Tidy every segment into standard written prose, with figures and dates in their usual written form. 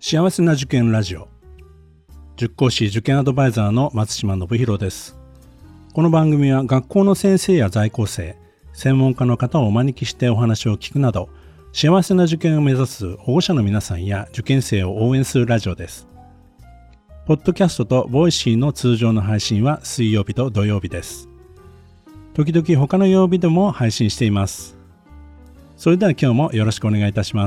幸せな受験ラジオ、塾講師受験アドバイザーの松島信弘です。この番組は学校の先生や在校生、専門家の方をお招きしてお話を聞くなど、幸せな受験を目指す保護者の皆さんや受験生を応援するラジオです。ポッドキャストとボイシーの通常の配信は水曜日と土曜日です。時々他の曜日でも配信しています。それでは今日もよろしくお願いいたします。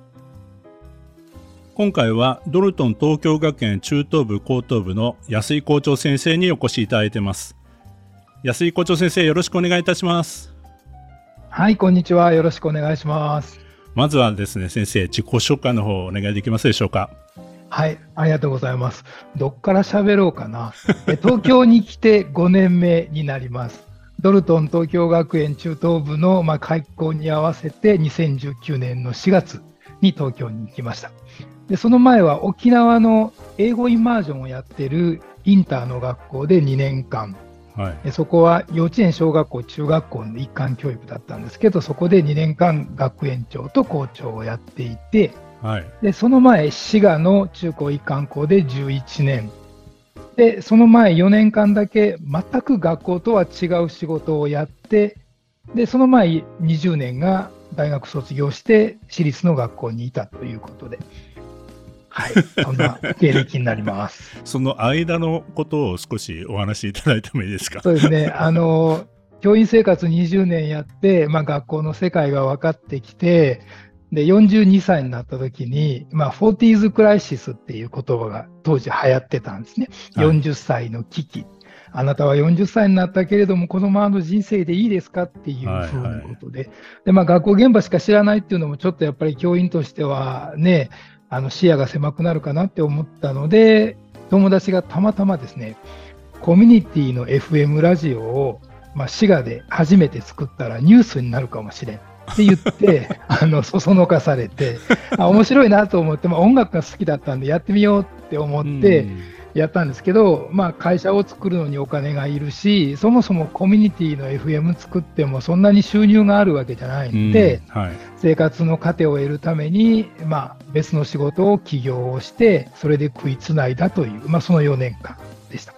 今回はドルトン東京学園中等部高等部の安井校長先生にお越しいただいています。安井校長先生、よろしくお願いいたします。 はい、こんにちは。よろしくお願いします。 まずはですね、先生、自己紹介の方お願いできますでしょうか。 はい、ありがとうございます。どっから喋ろうかな。東京に来て5年目になります。ドルトン東京学園中等部の開校に合わせて2019年の4月に東京に来ました。でその前は沖縄の英語インマージョンをやってるインターの学校で2年間、そこは幼稚園、小学校、中学校の一貫教育だったんですけど、そこで2年間学園長と校長をやっていて、でその前滋賀の中高一貫校で11年で、その前4年間だけ全く学校とは違う仕事をやって、でその前20年が大学卒業して私立の学校にいたということで、はい、そんな経歴になります。 その間のことを少しお話しいただいてもいいですか。 そうですね。教員生活20年やって、学校の世界が分かってきて、で42歳になった時に、40s クライシスっていう言葉が当時流行ってたんですね。40歳の危機。あなたは40歳になったけれども、このままの人生でいいですかっていうふうなことで、学校現場しか知らないっていうのもちょっとやっぱり教員としてはね、視野が狭くなるかなって思ったので、友達がたまたまですね、コミュニティの FM ラジオを、滋賀で初めて作ったらニュースになるかもしれんって言ってそそのかされて、面白いなと思って、音楽が好きだったんでやってみようって思ってやったんですけど、会社を作るのにお金がいるし、そもそもコミュニティの FM 作ってもそんなに収入があるわけじゃないんで、生活の糧を得るために、別の仕事を起業をして、それで食いつないだという、その4年間でした。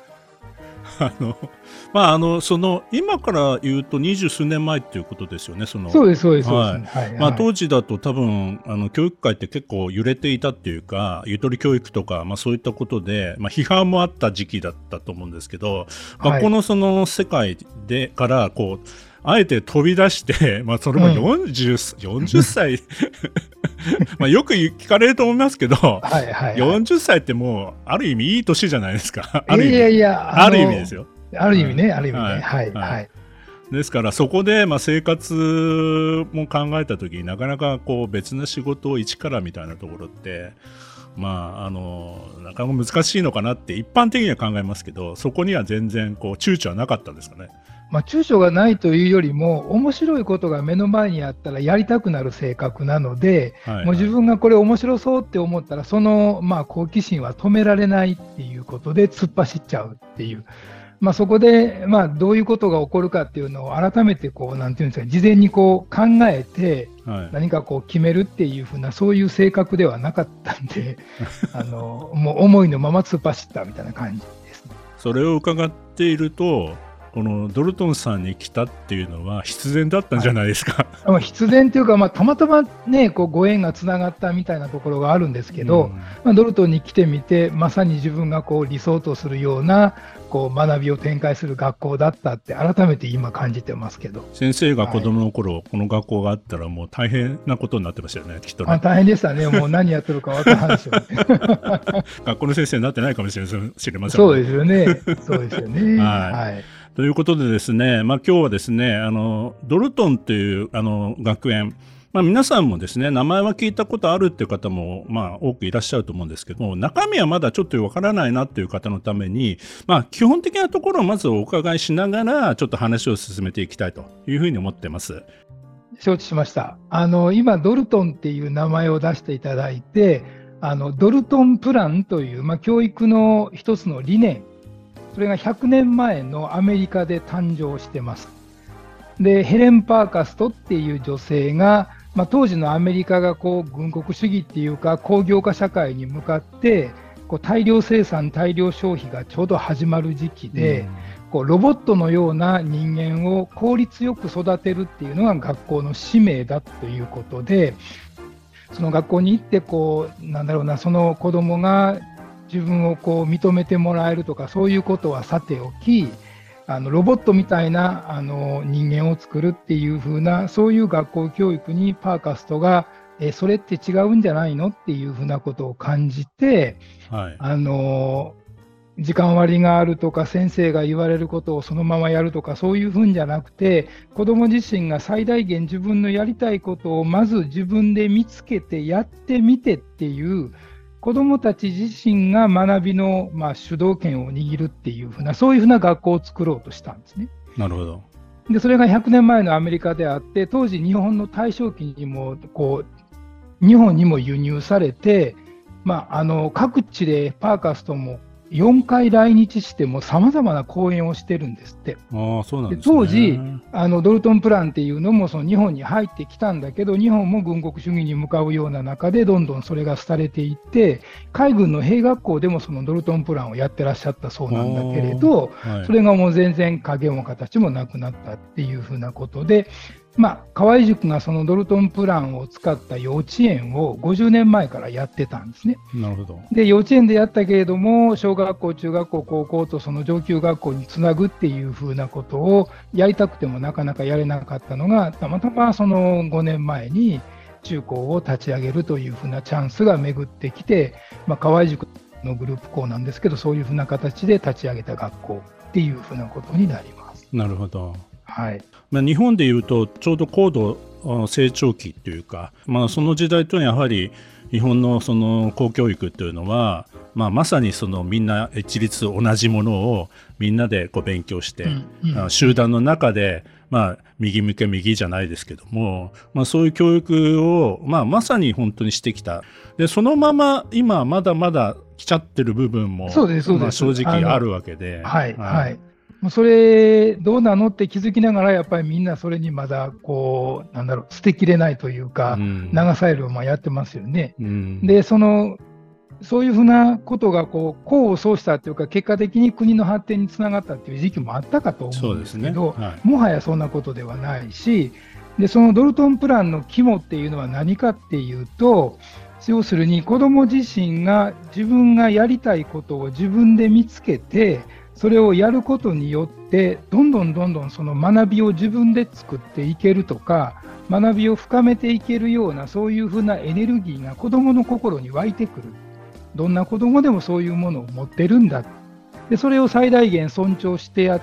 その今から言うと20数年前っていうことですよね。 そうです、そうです。 当時だと多分教育界って結構揺れていたっていうか、ゆとり教育とか、そういったことで、批判もあった時期だったと思うんですけど、学校のその世界でからあえて飛び出して、それも40歳よく聞かれると思いますけど、40歳ってもうある意味いい年じゃないですか。ある意味ですよ。 ある意味ね。 ですからそこで生活も考えたときになかなか別な仕事を一からみたいなところってなかなか難しいのかなって一般的には考えますけど、そこには全然躊躇はなかったんですかね。 躊躇がないというよりも、面白いことが目の前にあったらやりたくなる性格なので、もう自分がこれ面白そうって思ったら、その好奇心は止められないっていうことで突っ走っちゃうっていう、そこでどういうことが起こるかっていうのを改めてなんていうんですか、事前に考えて何か決めるっていうふうな、そういう性格ではなかったんでもう思いのまま突っ走ったみたいな感じですね。 それを伺っていると、このドルトンさんに来たっていうのは必然だったんじゃないですか。 必然というか、たまたまね、ご縁がつながったみたいなところがあるんですけど、ドルトンに来てみて、まさに自分が理想とするような学びを展開する学校だったって改めて今感じてますけど。 先生が子供の頃、この学校があったらもう大変なことになってましたよね、きっとね。 大変でしたね。もう何やってるか分からんでしょうね。 学校の先生になってないかもしれませんね。 そうですよね。そうですよね。 ということでですね、今日はですね、ドルトンという学園、皆さんもですね、名前は聞いたことあるっていう方も多くいらっしゃると思うんですけども、中身はまだちょっとわからないなっていう方のために、基本的なところをまずお伺いしながらちょっと話を進めていきたいというふうに思ってます。 承知しました。今ドルトンっていう名前を出していただいて、ドルトンプランという、教育の一つの理念、それが100年前のアメリカで誕生してます。でヘレン・パーカストっていう女性が当時のアメリカがこう軍国主義っていうか工業化社会に向かってこう大量生産大量消費がちょうど始まる時期で、こうロボットのような人間を効率よく育てるっていうのが学校の使命だということで、その学校に行ってこうなんだろうな、その子供が自分をこう認めてもらえるとかそういうことはさておき、ロボットみたいな人間を作るっていう風なそういう学校教育にパーカストがそれって違うんじゃないのっていう風なことを感じて、 はい、 時間割があるとか先生が言われることをそのままやるとかそういうふうんじゃなくて、子ども自身が最大限自分のやりたいことをまず自分で見つけてやってみてっていう子どもたち自身が学びの主導権を握るっていうふうなそういうふうな学校を作ろうとしたんですね。 なるほど。 でそれが100年前のアメリカであって、当時日本の大正期にもこう日本にも輸入されて、各地でパーカストも4回来日してもさまざまな講演をしてるんですって。 そうなんですね。 当時ドルトンプランっていうのもその日本に入ってきたんだけど、日本も軍国主義に向かうような中でどんどんそれが廃れていって、海軍の兵学校でもそのドルトンプランをやってらっしゃったそうなんだけれど、それがもう全然影も形もなくなったっていうふうなことで、河合塾がそのドルトンプランを使った幼稚園を50年前からやってたんですね。 なるほど。 で幼稚園でやったけれども、小学校中学校高校とその上級学校につなぐっていうふうなことをやりたくてもなかなかやれなかったのが、たまたまその5年前に中高を立ち上げるというふうなチャンスが巡ってきて、河合塾のグループ校なんですけど、そういうふうな形で立ち上げた学校っていうふうなことになります。 なるほど。 はい。 日本でいうとちょうど高度成長期というか、その時代というのはやはり日本のその公教育というのは、まさにそのみんな一律同じものをみんなでこう勉強して、集団の中で、右向け右じゃないですけども、そういう教育を、まさに本当にしてきた。でそのまま今まだまだ来ちゃってる部分も正直あるわけで。 それどうなのって気づきながら、やっぱりみんなそれにまだこう捨てきれないというか、流されるままやってますよね。でそういうふうなことが功を奏したというか、結果的に国の発展につながったという時期もあったかと思うんですけど、もはやそんなことではないし、でそのドルトンプランの肝っていうのは何かっていうと、要するに子ども自身が自分がやりたいことを自分で見つけて、それをやることによってどんどんその学びを自分で作っていけるとか、学びを深めていけるようなそういうふうなエネルギーが子どもの心に湧いてくる。どんな子どもでもそういうものを持ってるんだ。でそれを最大限尊重してやって、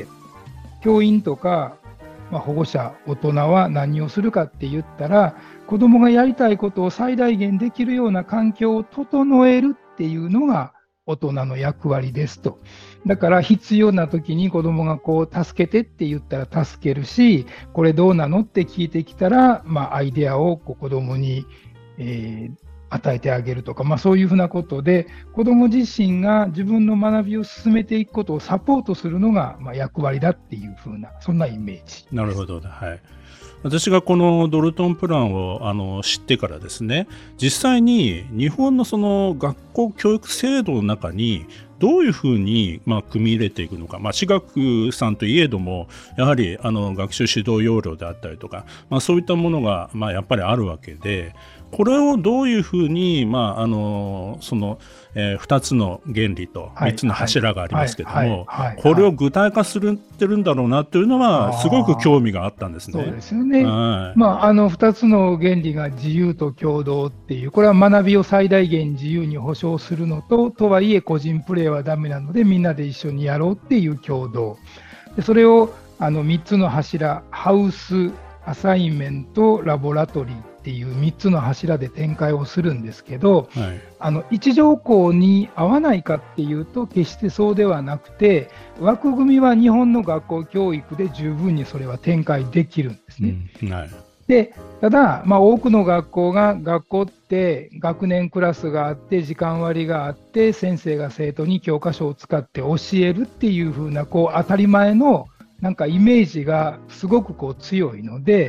教員とか、保護者大人は何をするかって言ったら、子どもがやりたいことを最大限できるような環境を整えるっていうのが大人の役割ですと。だから必要な時に子どもが助けてって言ったら助けるし、これどうなのって聞いてきたら、アイデアを子どもに、与えてあげるとか、そういうふうなことで子ども自身が自分の学びを進めていくことをサポートするのが役割だっていうふうな、そんなイメージ。 なるほど、はい。私がこのドルトンプランを知ってからですね、実際に日本のその学校教育制度の中にどういうふうに組み入れていくのか、私学さんといえどもやはり学習指導要領であったりとか、そういったものがやっぱりあるわけで、これをどういうふうに、その、2つの原理と3つの柱がありますけども、これを具体化するってるんだろうなというのはすごく興味があったんですね。 そうですよね。2つの原理が自由と共同っていう、これは学びを最大限自由に保障するのとはいえ個人プレーはダメなのでみんなで一緒にやろうっていう共同で、それを3つの柱、ハウス、アサイメント、ラボラトリーっていう3つの柱で展開をするんですけど、一条項に合わないかっていうと決してそうではなくて、枠組みは日本の学校教育で十分にそれは展開できるんですね。でただ、多くの学校って学年クラスがあって時間割があって先生が生徒に教科書を使って教えるっていう風な当たり前のイメージがすごく強いので、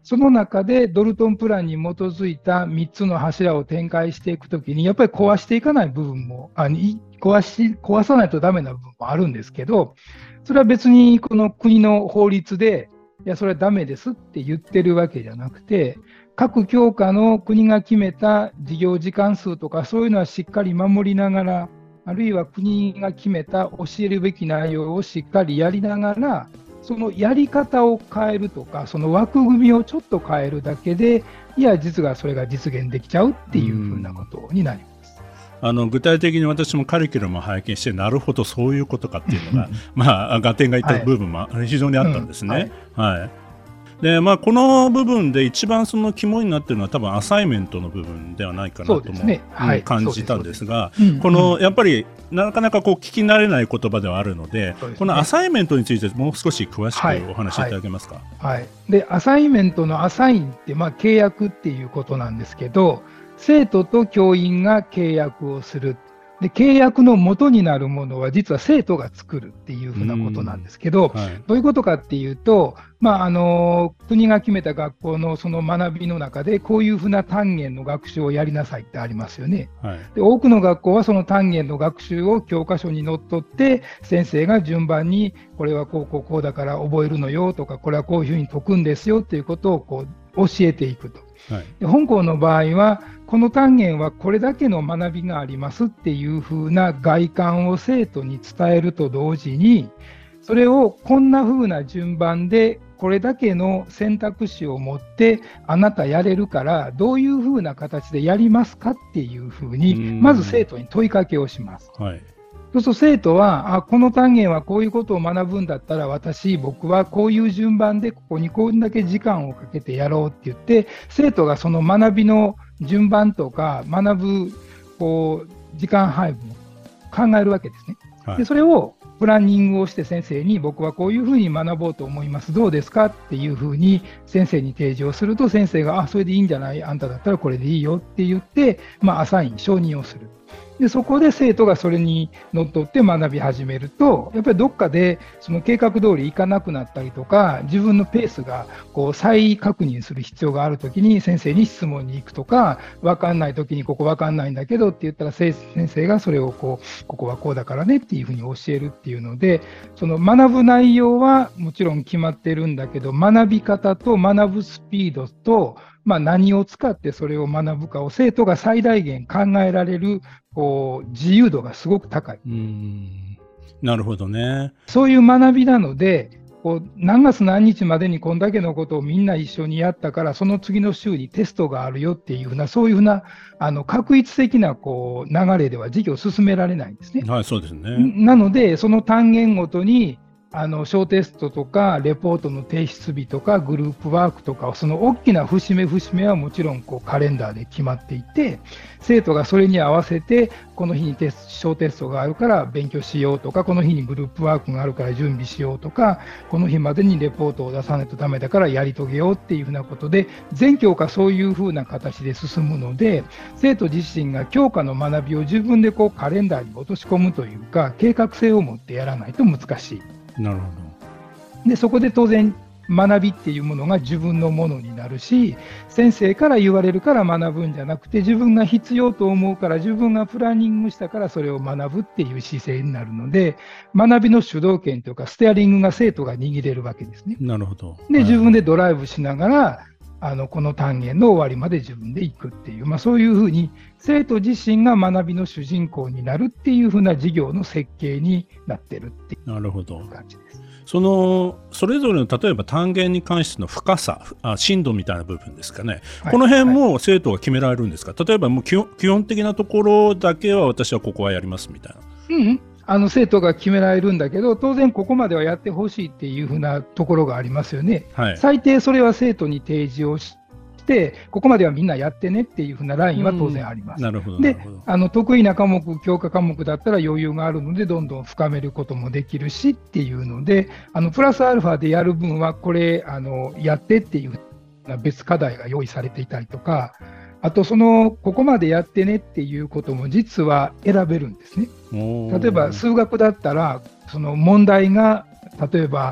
その中でドルトンプランに基づいた3つの柱を展開していくときに、やっぱり壊していかない部分も、壊さないとダメな部分もあるんですけど、それは別にこの国の法律で、いや、それはダメですって言ってるわけじゃなくて、各教科の国が決めた授業時間数とか、そういうのはしっかり守りながら、あるいは国が決めた教えるべき内容をしっかりやりながら、そのやり方を変えるとか、その枠組みをちょっと変えるだけで、いや、実はそれが実現できちゃうっていうふうなことになります。 具体的に私もカリキュラムを拝見して、なるほどそういうことかっていうのが合点がいった部分も非常にあったんですね。でこの部分で一番その肝になっているのは多分アサイメントの部分ではないかなとも感じたんですが、このやっぱりなかなか聞き慣れない言葉ではあるので、このアサイメントについてもう少し詳しくお話しいただけますか。 でアサイメントのアサインって契約っていうことなんですけど、生徒と教員が契約をする。で契約の元になるものは実は生徒が作るっていうふうなことなんですけど、どういうことかっていうと、国が決めた学校のその学びの中でこういうふうな単元の学習をやりなさいってありますよね。で多くの学校はその単元の学習を教科書にのっとって先生が順番にこれはこうだから覚えるのよとか、これはこういうふうに解くんですよっていうことを教えていくと。で本校の場合はこの単元はこれだけの学びがありますっていう風な概観を生徒に伝えると同時に、それをこんな風な順番でこれだけの選択肢を持ってあなたやれるからどういう風な形でやりますかっていう風にまず生徒に問いかけをします。そうすると生徒はこの単元はこういうことを学ぶんだったら僕はこういう順番でここにこんだけ時間をかけてやろうって言って、生徒がその学びの順番とか学ぶ時間配分を考えるわけですね。でそれをプランニングをして先生に僕はこういうふうに学ぼうと思います、どうですかっていうふうに先生に提示をすると、先生がそれでいいんじゃない、あんただったらこれでいいよって言って、アサイン承認をする。でそこで生徒がそれにのっとって学び始めると、やっぱりどっかでその計画通りいかなくなったりとか、自分のペースが再確認する必要があるときに先生に質問に行くとか、分かんないときにここ分かんないんだけどって言ったら先生がそれをここはこうだからねっていうふうに教えるっていうので、その学ぶ内容はもちろん決まってるんだけど、学び方と学ぶスピードと何を使ってそれを学ぶかを生徒が最大限考えられる自由度がすごく高い。 なるほどね。 そういう学びなので、何月何日までにこんだけのことをみんな一緒にやったから、その次の週にテストがあるよっていうふうな、そういうふうな画一的な流れでは授業を進められないんですね。 そうですね。 なので、その単元ごとに小テストとかレポートの提出日とかグループワークとか、その大きな節目節目はもちろんカレンダーで決まっていて、生徒がそれに合わせてこの日に小テストがあるから勉強しようとか、この日にグループワークがあるから準備しようとか、この日までにレポートを出さないとダメだからやり遂げようっていうふうなことで、全教科そういうふうな形で進むので、生徒自身が教科の学びを自分でカレンダーに落とし込むというか、計画性を持ってやらないと難しい。 なるほど。でそこで当然学びっていうものが自分のものになるし、先生から言われるから学ぶんじゃなくて、自分が必要と思うから、自分がプランニングしたからそれを学ぶっていう姿勢になるので、学びの主導権というかステアリングが生徒が握れるわけですね。 なるほど。 で自分でドライブしながらこの単元の終わりまで自分で行くっていう、そういうふうに生徒自身が学びの主人公になるっていうふうな授業の設計になってるっていう感じです。 それぞれの例えば単元に関しての深さ、深度みたいな部分ですかね、この辺も生徒が決められるんですか。例えばもう基本的なところだけは私はここはやりますみたいな。 生徒が決められるんだけど、当然ここまではやってほしいっていうふうなところがありますよね。最低それは生徒に提示をしてここまではみんなやってねっていうふうなラインは当然あります。で得意な科目、教科科目だったら余裕があるのでどんどん深めることもできるしっていうので、プラスアルファでやる分はこれやってっていう別課題が用意されていたりとか、あとここまでやってねっていうことも実は選べるんですね。例えば数学だったらその問題が例えば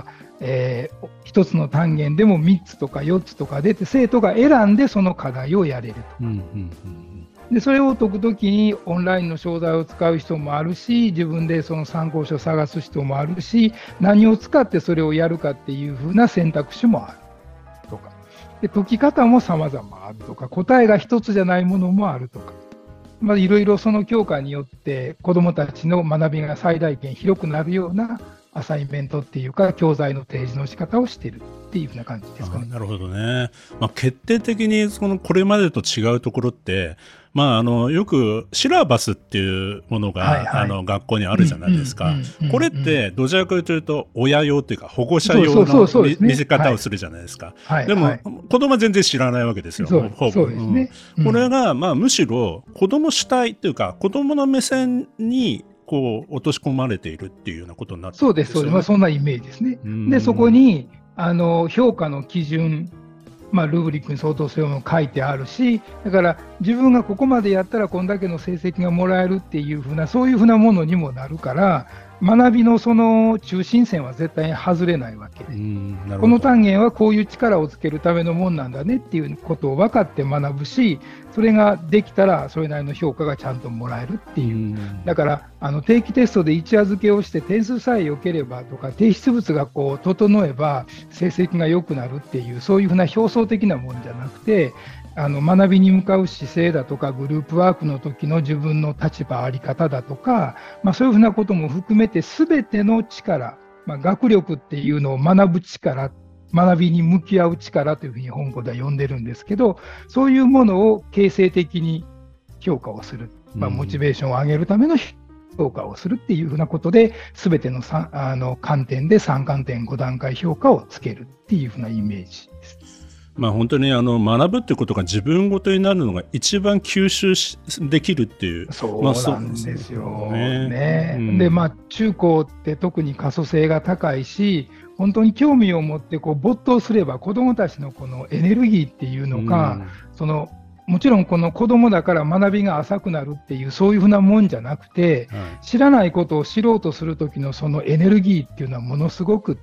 1つの単元でも3つとか4つとか出て、生徒が選んでその課題をやれると。でそれを解くときにオンラインの商材を使う人もあるし、自分でその参考書を探す人もあるし、何を使ってそれをやるかっていう風な選択肢もあるとか、で解き方も様々あるとか、答えが一つじゃないものもあるとか、いろいろその教科によって子どもたちの学びが最大限広くなるようなアサイメントっていうか教材の提示の仕方をしているっていうふうな感じですかね。 なるほどね。決定的にこれまでと違うところって、よくシラバスっていうものが、学校にあるじゃないですか。これってどちらかというと親用というか保護者用の見せ方をするじゃないですか。でも、子供は全然知らないわけですよ。 そうですね。 これが、むしろ子供主体というか子供の目線にこう落とし込まれているっていうようなことになっているんですよね。 そうです。そんなイメージですね。でそこに評価の基準、ルーブリックに相当するもの書いてあるし、だから自分がここまでやったらこんだけの成績がもらえるっていうふうな、そういうふうなものにもなるから、学びのその中心線は絶対に外れないわけで、この単元はこういう力をつけるためのもんなんだねっていうことを分かって学ぶし、それができたらそれなりの評価がちゃんともらえるっていう、だから定期テストで一夜漬けをして点数さえ良ければとか、提出物がこう整えば成績が良くなるっていう、そういうふうな表層的なもんじゃなくて、学びに向かう姿勢だとか、グループワークの時の自分の立場あり方だとか、そういうふうなことも含めて全ての力、学力っていうのを学ぶ力、学びに向き合う力というふうに本校では呼んでるんですけど、そういうものを形成的に評価をする、モチベーションを上げるための評価をするっていうふうなことで、全ての観点で3観点5段階評価をつけるっていうふうなイメージです。 本当に学ぶってことが自分ごとになるのが一番吸収できるっていう。 そうなんですよね。で中高って特に可塑性が高いし、本当に興味を持って没頭すれば子どもたちのこのエネルギーっていうのが、もちろんこの子どもだから学びが浅くなるっていうそういうふうなもんじゃなくて、知らないことを知ろうとする時のそのエネルギーっていうのはものすごくって、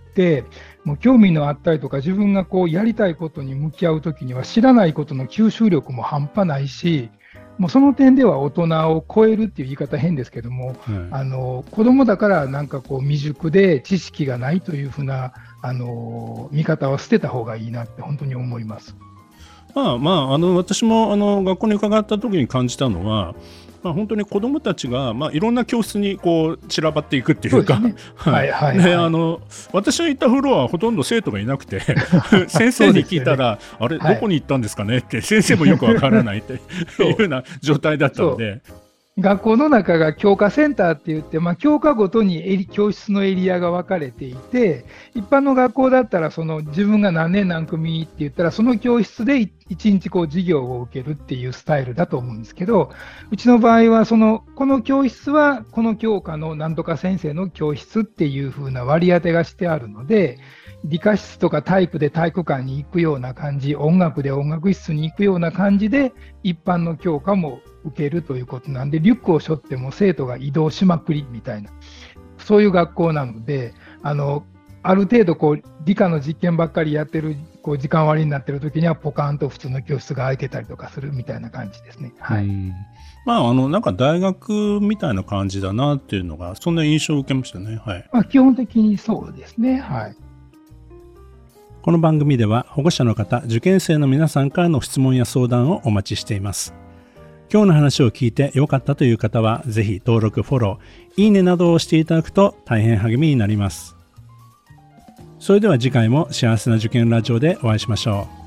もう興味のあったりとか自分がやりたいことに向き合う時には知らないことの吸収力も半端ないし、もうその点では大人を超えるっていう言い方変ですけども、子どもだから未熟で知識がないというふうな見方は捨てた方がいいなって本当に思います。 私も学校に伺った時に感じたのは、本当に子どもたちが、いろんな教室に散らばっていくっていうか、私の行ったフロアはほとんど生徒がいなくて先生に聞いたら、あれ、どこに行ったんですかねって先生もよくわからないっていうような状態だったので。 学校の中が教科センターって言って、教科ごとに教室のエリアが分かれていて、一般の学校だったら自分が何年何組って言ったらその教室で1日授業を受けるっていうスタイルだと思うんですけど、うちの場合はこの教室はこの教科の何とか先生の教室っていう風な割り当てがしてあるので、理科室とか体育で体育館に行くような感じ、音楽で音楽室に行くような感じで一般の教科も受けるということなんで、リュックを背負っても生徒が移動しまくりみたいな、そういう学校なので、ある程度理科の実験ばっかりやってる時間割になってる時にはポカーンと普通の教室が空いてたりとかするみたいな感じですね。 なんか大学みたいな感じだなっていうのが、そんな印象を受けましたね。 基本的にそうですね。 この番組では保護者の方、受験生の皆さんからの質問や相談をお待ちしています。今日の話を聞いて良かったという方は、ぜひ登録、フォロー、いいねなどをしていただくと大変励みになります。それでは次回も幸せな受験ラジオでお会いしましょう。